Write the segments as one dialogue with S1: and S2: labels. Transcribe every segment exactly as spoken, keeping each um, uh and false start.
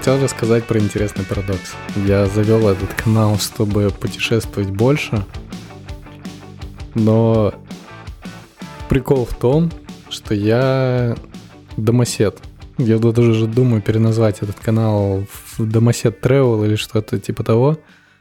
S1: хотел рассказать про интересный парадокс. Я завел этот канал, чтобы путешествовать больше, но прикол в том, что я домосед. Я тут уже думаю переназвать этот канал в Домосед Travel или что-то типа того.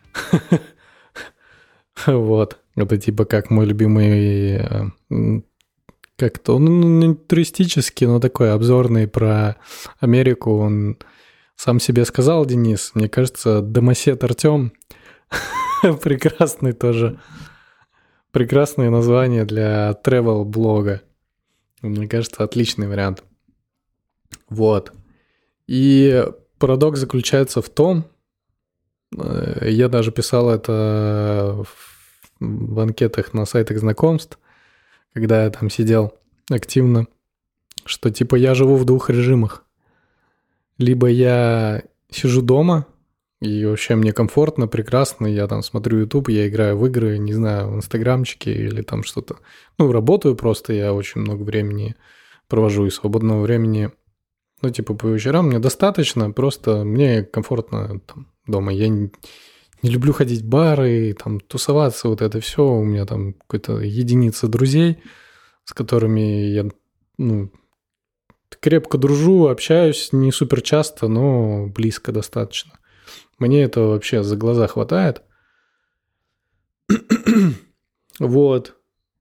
S1: Вот. Это типа как мой любимый... Как-то он не туристический, но такой обзорный про Америку. Он сам себе сказал, Денис. Мне кажется, Домосед Артем прекрасный тоже. Прекрасное название для travel-блога. Мне кажется, отличный вариант. Вот. И парадокс заключается в том, я даже писал это в анкетах на сайтах знакомств, когда я там сидел активно, что типа я живу в двух режимах. Либо я сижу дома, и вообще мне комфортно, прекрасно, я там смотрю YouTube, я играю в игры, не знаю, в инстаграмчике или там что-то. Ну, работаю просто, я очень много времени провожу и свободного времени. Ну, типа по вечерам мне достаточно, просто мне комфортно там дома. Я не, не люблю ходить в бары, там тусоваться, вот это все. У меня там какая-то единица друзей, с которыми я, ну, крепко дружу, общаюсь, не супер часто, но близко достаточно. Мне этого вообще за глаза хватает. Вот.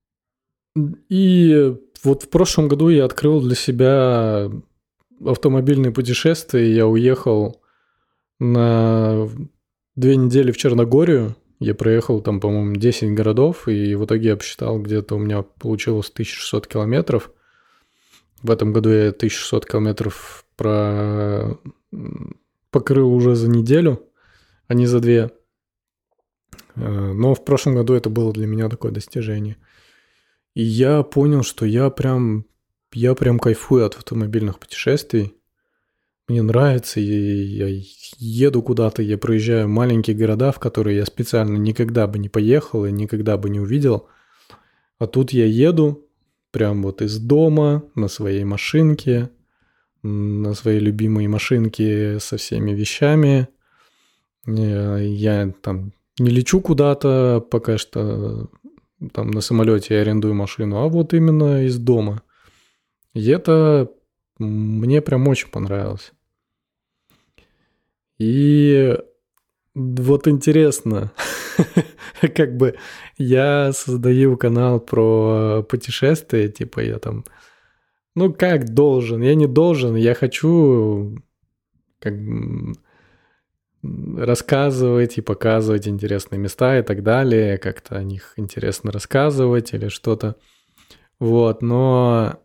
S1: И вот в прошлом году я открыл для себя автомобильные путешествия. Я уехал на две недели в Черногорию. Я проехал там, по-моему, десять городов, и в итоге я посчитал, где-то у меня получилось тысяча шестьсот километров. В этом году я тысячу шестьсот километров про... покрыл уже за неделю, а не за две. Но в прошлом году это было для меня такое достижение. И я понял, что я прям, я прям кайфую от автомобильных путешествий. Мне нравится, я, я еду куда-то, я проезжаю маленькие города, в которые я специально никогда бы не поехал и никогда бы не увидел. А тут я еду прям вот из дома на своей машинке, на своей любимой машинке со всеми вещами. Я, я там не лечу куда-то, пока что там на самолете я арендую машину, а вот именно из дома. И это мне прям очень понравилось. И вот интересно, как бы я создаю канал про путешествия, типа я там, ну как должен, я не должен, я хочу как бы рассказывать и показывать интересные места и так далее, как-то о них интересно рассказывать или что-то. Вот, но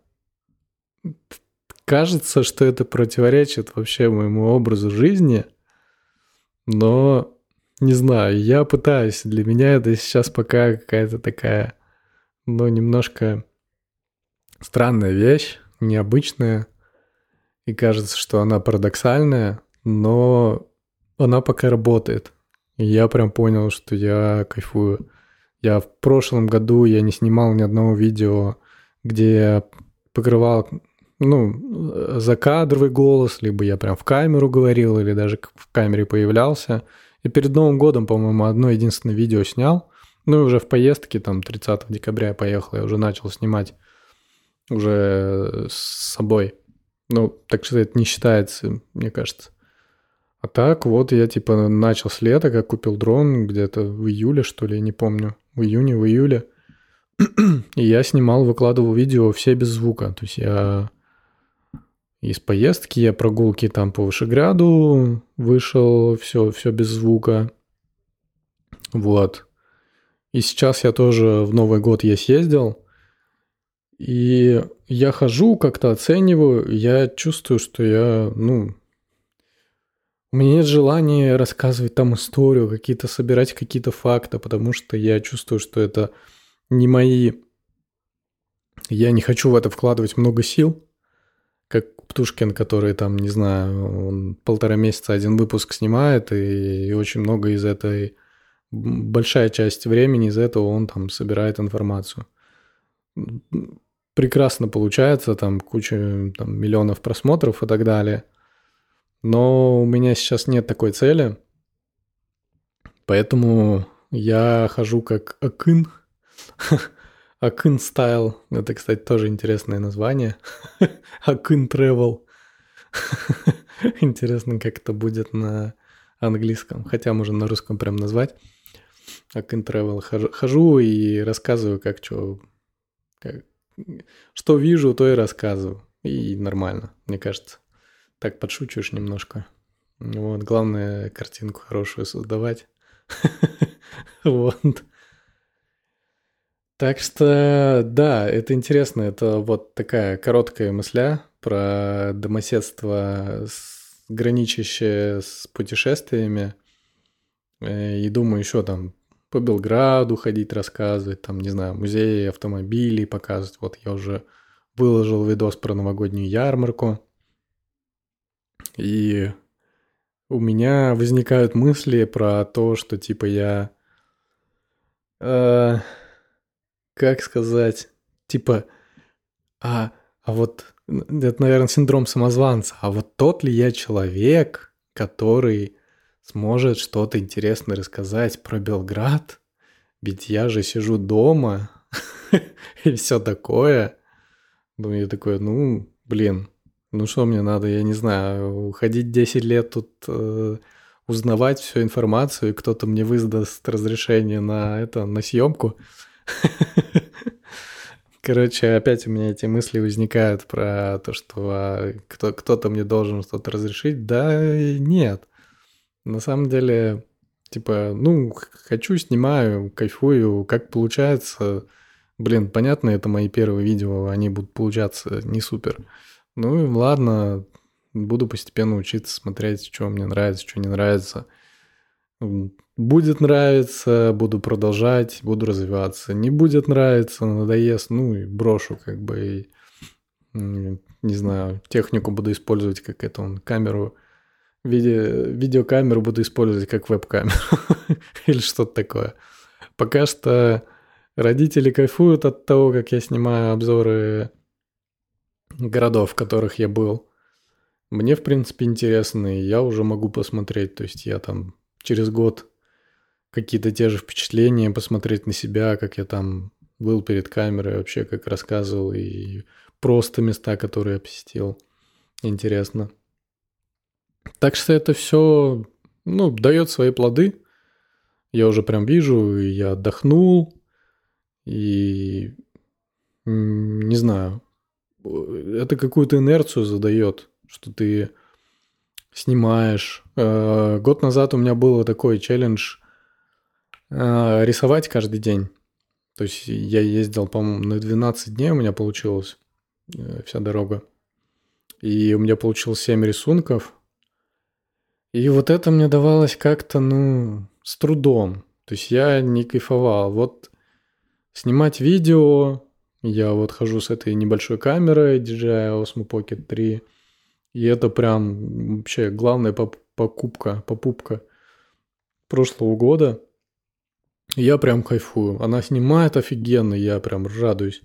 S1: кажется, что это противоречит вообще моему образу жизни, но не знаю, я пытаюсь. Для меня это сейчас пока какая-то такая, ну, немножко странная вещь, необычная, и кажется, что она парадоксальная, но она пока работает. И я прям понял, что я кайфую. Я в прошлом году я не снимал ни одного видео, где я покрывал, ну, закадровый голос, либо я прям в камеру говорил, или даже в камере появлялся. И перед Новым годом, по-моему, одно единственное видео снял. Ну и уже в поездке, там, тридцатого декабря я поехал, я уже начал снимать уже с собой. Ну, так что это не считается, мне кажется. А так вот я типа начал с лета, как купил дрон где-то в июле, что ли, я не помню. В июне, в июле. И я снимал, выкладывал видео все без звука. То есть я из поездки, я прогулки там по Вышеграду вышел, все, все без звука. Вот. И сейчас я тоже в Новый год я съездил. И я хожу, как-то оцениваю. Я чувствую, что я, ну... У меня нет желания рассказывать там историю, какие-то собирать какие-то факты, потому что я чувствую, что это не мои... Я не хочу в это вкладывать много сил, как Птушкин, который там, не знаю, он полтора месяца один выпуск снимает, и, и очень много из этой... Большая часть времени из этого он там собирает информацию. Прекрасно получается, там куча там, миллионов просмотров и так далее. Но у меня сейчас нет такой цели, поэтому я хожу как Акын. Акын Style. Это, кстати, тоже интересное название. Акын Travel. Интересно, как это будет на английском. Хотя можно на русском прям назвать. Акын Travel. Хожу, хожу и рассказываю, как что... Как, что вижу, то и рассказываю. И нормально, мне кажется. Так подшучиваешь немножко. Вот, главное картинку хорошую создавать. Вот. Так что, да, это интересно. Это вот такая короткая мысля про домоседство, с- граничащее с путешествиями. Э, И думаю, еще там по Белграду ходить, рассказывать, там, не знаю, музеи автомобилей показывать. Вот я уже выложил видос про новогоднюю ярмарку. И у меня возникают мысли про то, что типа я, э, как сказать, типа, а, а вот н- это, наверное, синдром самозванца. А вот тот ли я человек, который сможет что-то интересное рассказать про Белград? Ведь я же сижу дома и все такое. Ну, я такой, ну, блин, ну что мне надо, я не знаю, ходить десять лет тут, э, узнавать всю информацию, и кто-то мне выдаст разрешение на это, на съемку. Короче, опять у меня эти мысли возникают про то, что а, кто, кто-то мне должен что-то разрешить. Да и нет. На самом деле, типа, ну, х- хочу, снимаю, кайфую, как получается. Блин, понятно, это мои первые видео, они будут получаться не супер. Ну и ладно, буду постепенно учиться смотреть, что мне нравится, что не нравится. М, Будет нравиться, буду продолжать, буду развиваться. Не будет нравиться, надоест, ну и брошу, как бы, и, м, не знаю, технику буду использовать, как это он, камеру, виде, видеокамеру буду использовать как веб-камеру или что-то такое. Пока что родители кайфуют от того, как я снимаю обзоры городов, в которых я был. Мне, в принципе, интересно, и я уже могу посмотреть. То есть я там через год какие-то те же впечатления, посмотреть на себя, как я там был перед камерой, вообще как рассказывал, и просто места, которые я посетил. Интересно. Так что это все, ну, дает свои плоды. Я уже прям вижу, и я отдохнул, и м, не знаю, это какую-то инерцию задает, что ты снимаешь. Э, Год назад у меня был такой челлендж э, рисовать каждый день. То есть я ездил, по-моему, на двенадцать дней у меня получилось э, вся дорога. И у меня получилось семь рисунков. И вот это мне давалось как-то, ну, с трудом. То есть я не кайфовал. Вот снимать видео, я вот хожу с этой небольшой камерой ди джей ай Osmo Pocket три. И это прям вообще главная поп- покупка, попупка прошлого года. И я прям кайфую. Она снимает офигенно, я прям радуюсь.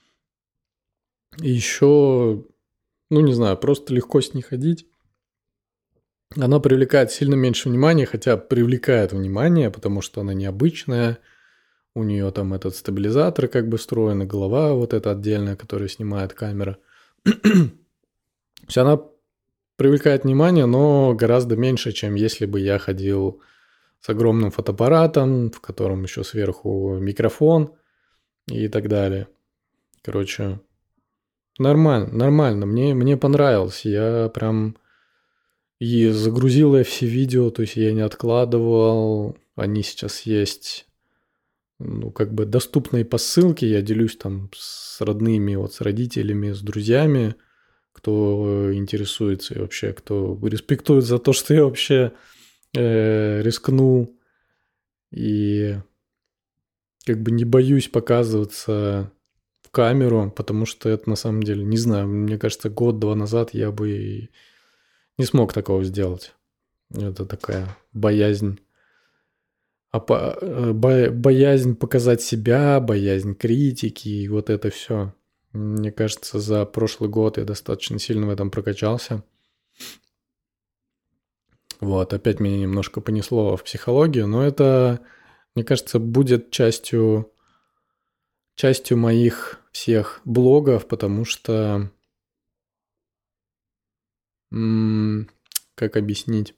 S1: И еще, ну не знаю, просто легко с ней ходить. Она привлекает сильно меньше внимания, хотя привлекает внимание, потому что она необычная. У нее там этот стабилизатор как бы встроен, и голова вот эта отдельная, которая снимает камера. То есть она привлекает внимание, но гораздо меньше, чем если бы я ходил с огромным фотоаппаратом, в котором еще сверху микрофон и так далее. Короче, нормально, нормально. Мне, мне понравилось. Я прям и загрузил я все видео, то есть я не откладывал. Они сейчас есть, ну, как бы доступные по ссылке. Я делюсь там с родными, вот с родителями, с друзьями, кто интересуется и вообще, кто респектует за то, что я вообще э, рискнул. И как бы не боюсь показываться в камеру, потому что это на самом деле, не знаю, мне кажется, год-два назад я бы и не смог такого сделать. Это такая боязнь. А по- э, бо- боязнь показать себя, боязнь критики, и вот это все. Мне кажется, за прошлый год я достаточно сильно в этом прокачался. Вот, опять меня немножко понесло в психологию, но это, мне кажется, будет частью, частью моих всех блогов, потому что, м, как объяснить?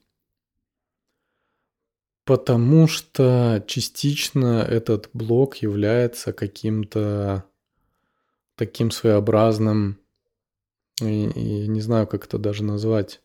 S1: Потому что частично этот блог является каким-то таким своеобразным, и, и не знаю, как это даже назвать,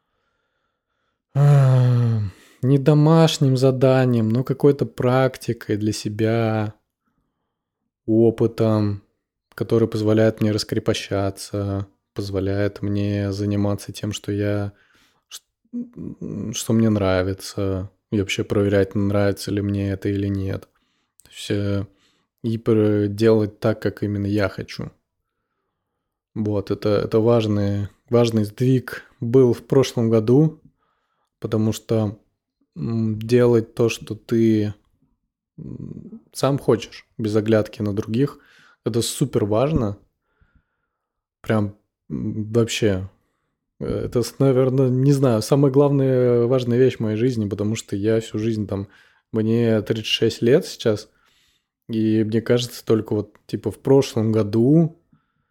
S1: а, не домашним заданием, но какой-то практикой для себя, опытом, который позволяет мне раскрепощаться, позволяет мне заниматься тем, что я, ш- м, что мне нравится, и вообще проверять, нравится ли мне это или нет. То есть, э, и пр- делать так, как именно я хочу. Вот, это, это важный, важный сдвиг был в прошлом году, потому что м, делать то, что ты м, сам хочешь, без оглядки на других, это супер важно. Прям м, вообще. Э, Это, наверное, не знаю, самая главная важная вещь в моей жизни, потому что я всю жизнь там, мне тридцать шесть лет сейчас, и мне кажется, только вот типа в прошлом году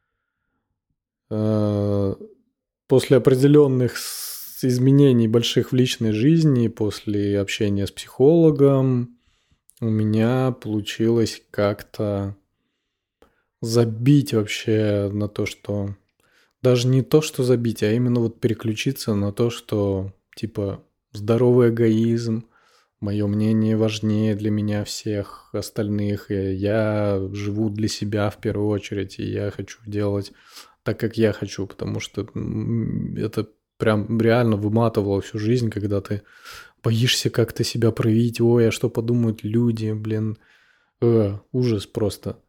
S1: э, после определенных с- изменений больших в личной жизни, после общения с психологом, у меня получилось как-то забить вообще на то, что... Даже не то, что забить, а именно вот переключиться на то, что типа здоровый эгоизм, мое мнение важнее для меня всех остальных, и я живу для себя в первую очередь, и я хочу делать так, как я хочу, потому что м, это прям реально выматывало всю жизнь, когда ты боишься как-то себя проявить, ой, а что подумают люди, блин, э, ужас просто.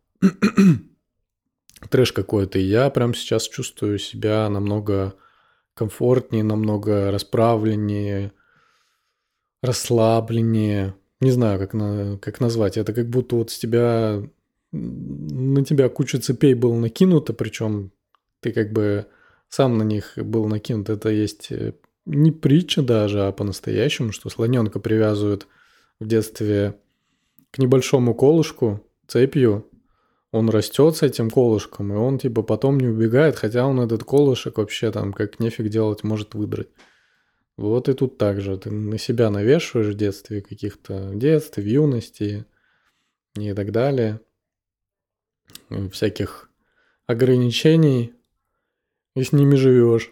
S1: Трэш какой-то. И я прям сейчас чувствую себя намного комфортнее, намного расправленнее, расслабленнее. Не знаю, как, на, как назвать. Это как будто вот с тебя... На тебя куча цепей было накинуто, причем ты как бы сам на них был накинут. Это есть э, не притча даже, а по-настоящему, что слоненка привязывают в детстве к небольшому колышку цепью, он растет с этим колышком, и он типа потом не убегает, хотя он этот колышек вообще там как нефиг делать может выдрать. Вот и тут так же. Ты на себя навешиваешь в детстве каких-то, в детстве, в юности и так далее. э, Всяких ограничений, и с ними живешь.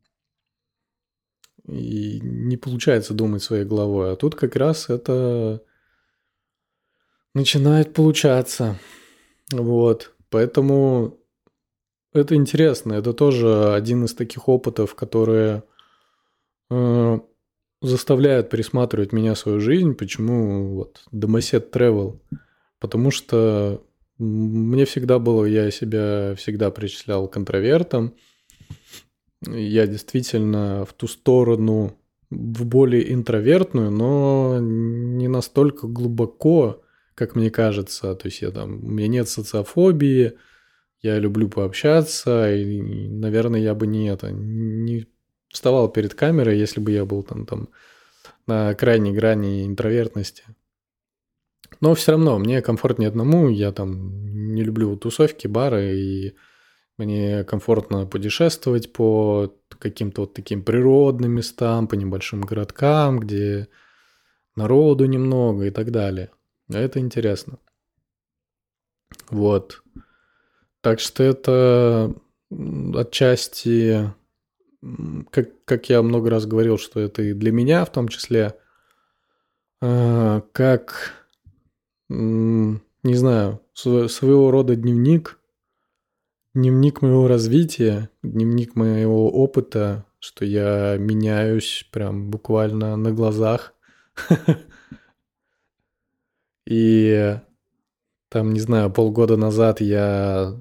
S1: И не получается думать своей головой. А тут как раз это начинает получаться. Вот. Поэтому это интересно. Это тоже один из таких опытов, которые э, заставляют пересматривать меня, свою жизнь. Почему вот Домосед Travel? Потому что мне всегда было, я себя всегда причислял к интровертам. Я действительно в ту сторону, в более интровертную, но не настолько глубоко, как мне кажется. То есть я там, у меня нет социофобии, я люблю пообщаться, и, наверное, я бы не это, не вставал перед камерой, если бы я был там, там на крайней грани интровертности. Но все равно мне комфортнее одному, я там не люблю тусовки, бары, и мне комфортно путешествовать по каким-то вот таким природным местам, по небольшим городкам, где народу немного и так далее. А это интересно. Вот. Так что это м, отчасти, м, как, как я много раз говорил, что это и для меня в том числе, а, как, м, не знаю, сво- своего рода дневник, дневник моего развития, дневник моего опыта, что я меняюсь прям буквально на глазах. И там, не знаю, полгода назад я,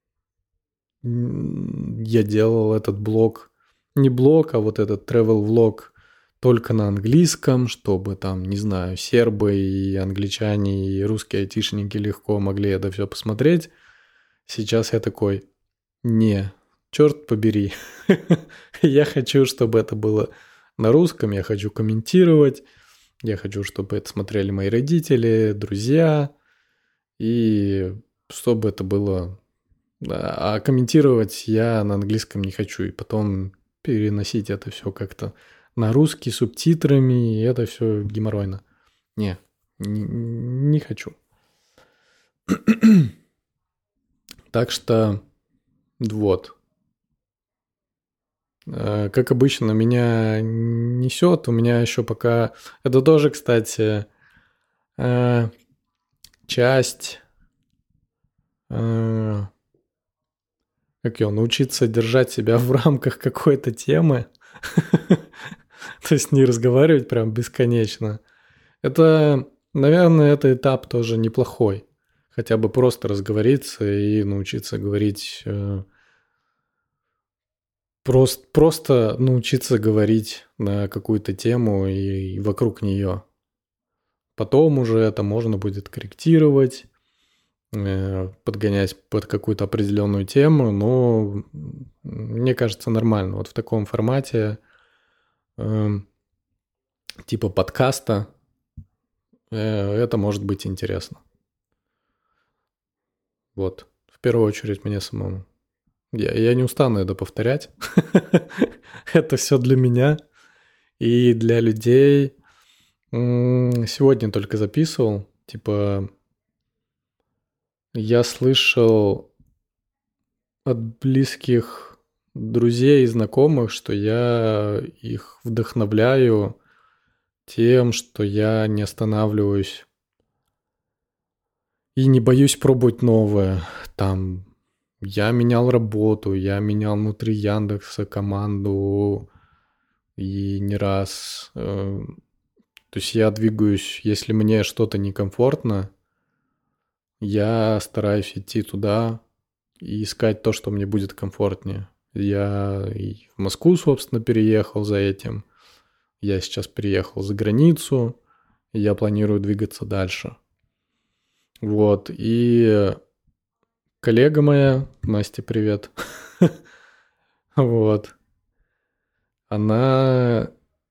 S1: м, я делал этот блог, не блог, а вот этот travel влог только на английском, чтобы там, не знаю, сербы и англичане и русские айтишники легко могли это все посмотреть. Сейчас я такой, не, черт побери. Я хочу, чтобы это было на русском, я хочу комментировать, я хочу, чтобы это смотрели мои родители, друзья, и чтобы это было... А комментировать я на английском не хочу, и потом переносить это все как-то на русский с субтитрами, и это все геморройно. Не, не, не хочу. Так что вот. Как обычно, меня несет. У меня еще пока... Это тоже, кстати, часть... Как ее? Научиться держать себя в рамках какой-то темы. То есть не разговаривать прям бесконечно. Это, наверное, это этап тоже неплохой. Хотя бы просто разговориться и научиться говорить... Просто, просто научиться говорить на какую-то тему и вокруг нее. Потом уже это можно будет корректировать, подгонять под какую-то определенную тему, но мне кажется нормально. Вот в таком формате типа подкаста это может быть интересно. Вот. В первую очередь мне самому. Я, я не устану это повторять. Это все для меня и для людей. Сегодня только записывал. Типа, я слышал от близких друзей и знакомых, что я их вдохновляю тем, что я не останавливаюсь и не боюсь пробовать новое. Там... Я менял работу, я менял внутри Яндекса команду и не раз. То есть я двигаюсь, если мне что-то некомфортно, я стараюсь идти туда и искать то, что мне будет комфортнее. Я и в Москву, собственно, переехал за этим. Я сейчас переехал за границу, и я планирую двигаться дальше. Вот, и... Коллега моя, Настя, привет. Вот. Она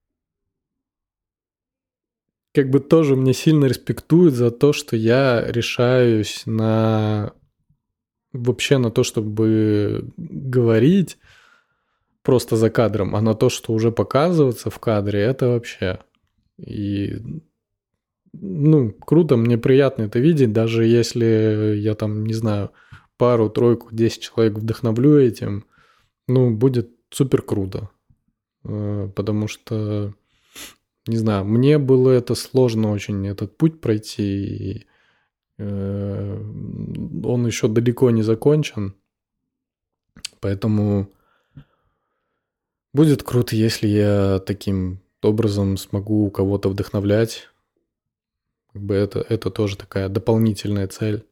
S1: как бы тоже мне сильно респектует за то, что я решаюсь на вообще на то, чтобы говорить просто за кадром, а на то, что уже показываться в кадре, это вообще. И ну, круто, мне приятно это видеть, даже если я там, не знаю, пару, тройку, десять человек вдохновлю этим, ну, будет супер круто. Потому что, не знаю, мне было это сложно очень, этот путь пройти, и он еще далеко не закончен. Поэтому будет круто, если я таким образом смогу кого-то вдохновлять. Как бы это, это тоже такая дополнительная цель.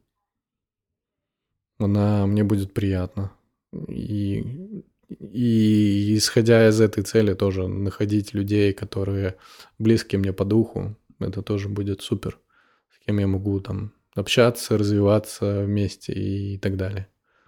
S1: Она мне будет приятна. И, и исходя из этой цели тоже находить людей, которые близки мне по духу, это тоже будет супер. С кем я могу там общаться, развиваться вместе и так далее.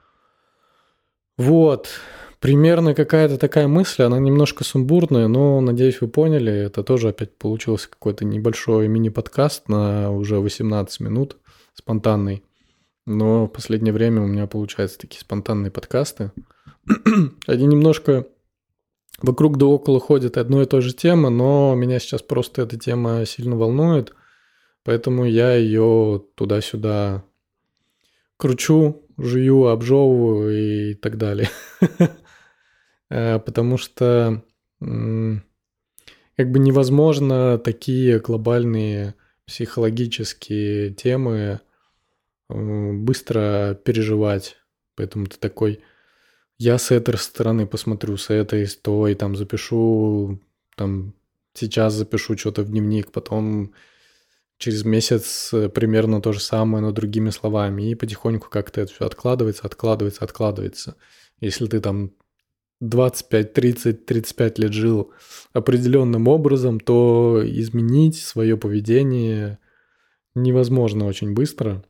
S1: Вот. Примерно какая-то такая мысль, она немножко сумбурная, но, надеюсь, вы поняли. Это тоже опять получился какой-то небольшой мини-подкаст на уже восемнадцать минут, спонтанный. Но в последнее время у меня получаются такие спонтанные подкасты. Они немножко вокруг да около ходят одной и той же темы, но меня сейчас просто эта тема сильно волнует, поэтому я ее туда-сюда кручу, жую, обжевываю и так далее. Потому что как бы невозможно такие глобальные психологические темы быстро переживать. Поэтому ты такой, я с этой стороны посмотрю, с этой, с той, там запишу, там сейчас запишу что-то в дневник, потом через месяц примерно то же самое, но другими словами. И потихоньку как-то это все откладывается, откладывается, откладывается. Если ты там двадцать пять, тридцать, тридцать пять лет жил определенным образом, то изменить свое поведение невозможно очень быстро.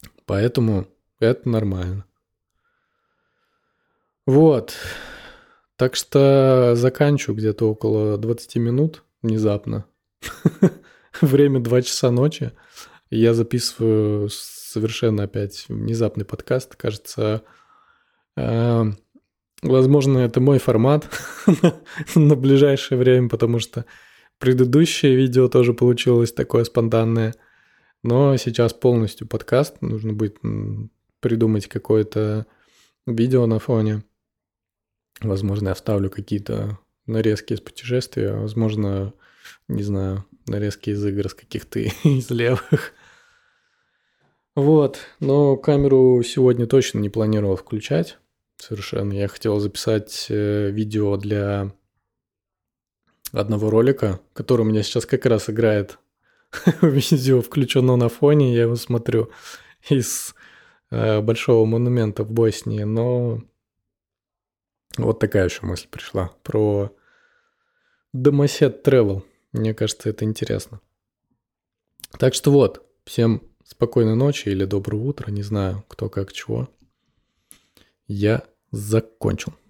S1: Поэтому это нормально. Вот. Так что заканчиваю где-то около двадцать минут внезапно. Время два часа ночи. Я записываю совершенно опять внезапный подкаст. Кажется, э, возможно, это мой формат на ближайшее время, потому что предыдущее видео тоже получилось такое спонтанное. Но сейчас полностью подкаст. Нужно будет придумать какое-то видео на фоне. Возможно, я вставлю какие-то нарезки из путешествия. Возможно, не знаю, нарезки из игр, с каких-то из левых. Вот. Но камеру сегодня точно не планировал включать. Совершенно. Я хотел записать видео для одного ролика, который у меня сейчас как раз играет. Видео включено на фоне, я его смотрю из э, большого монумента в Боснии, но вот такая еще мысль пришла про Домосед Travel. Мне кажется, это интересно. Так что вот, всем спокойной ночи или доброго утра, не знаю, кто как чего. Я закончил.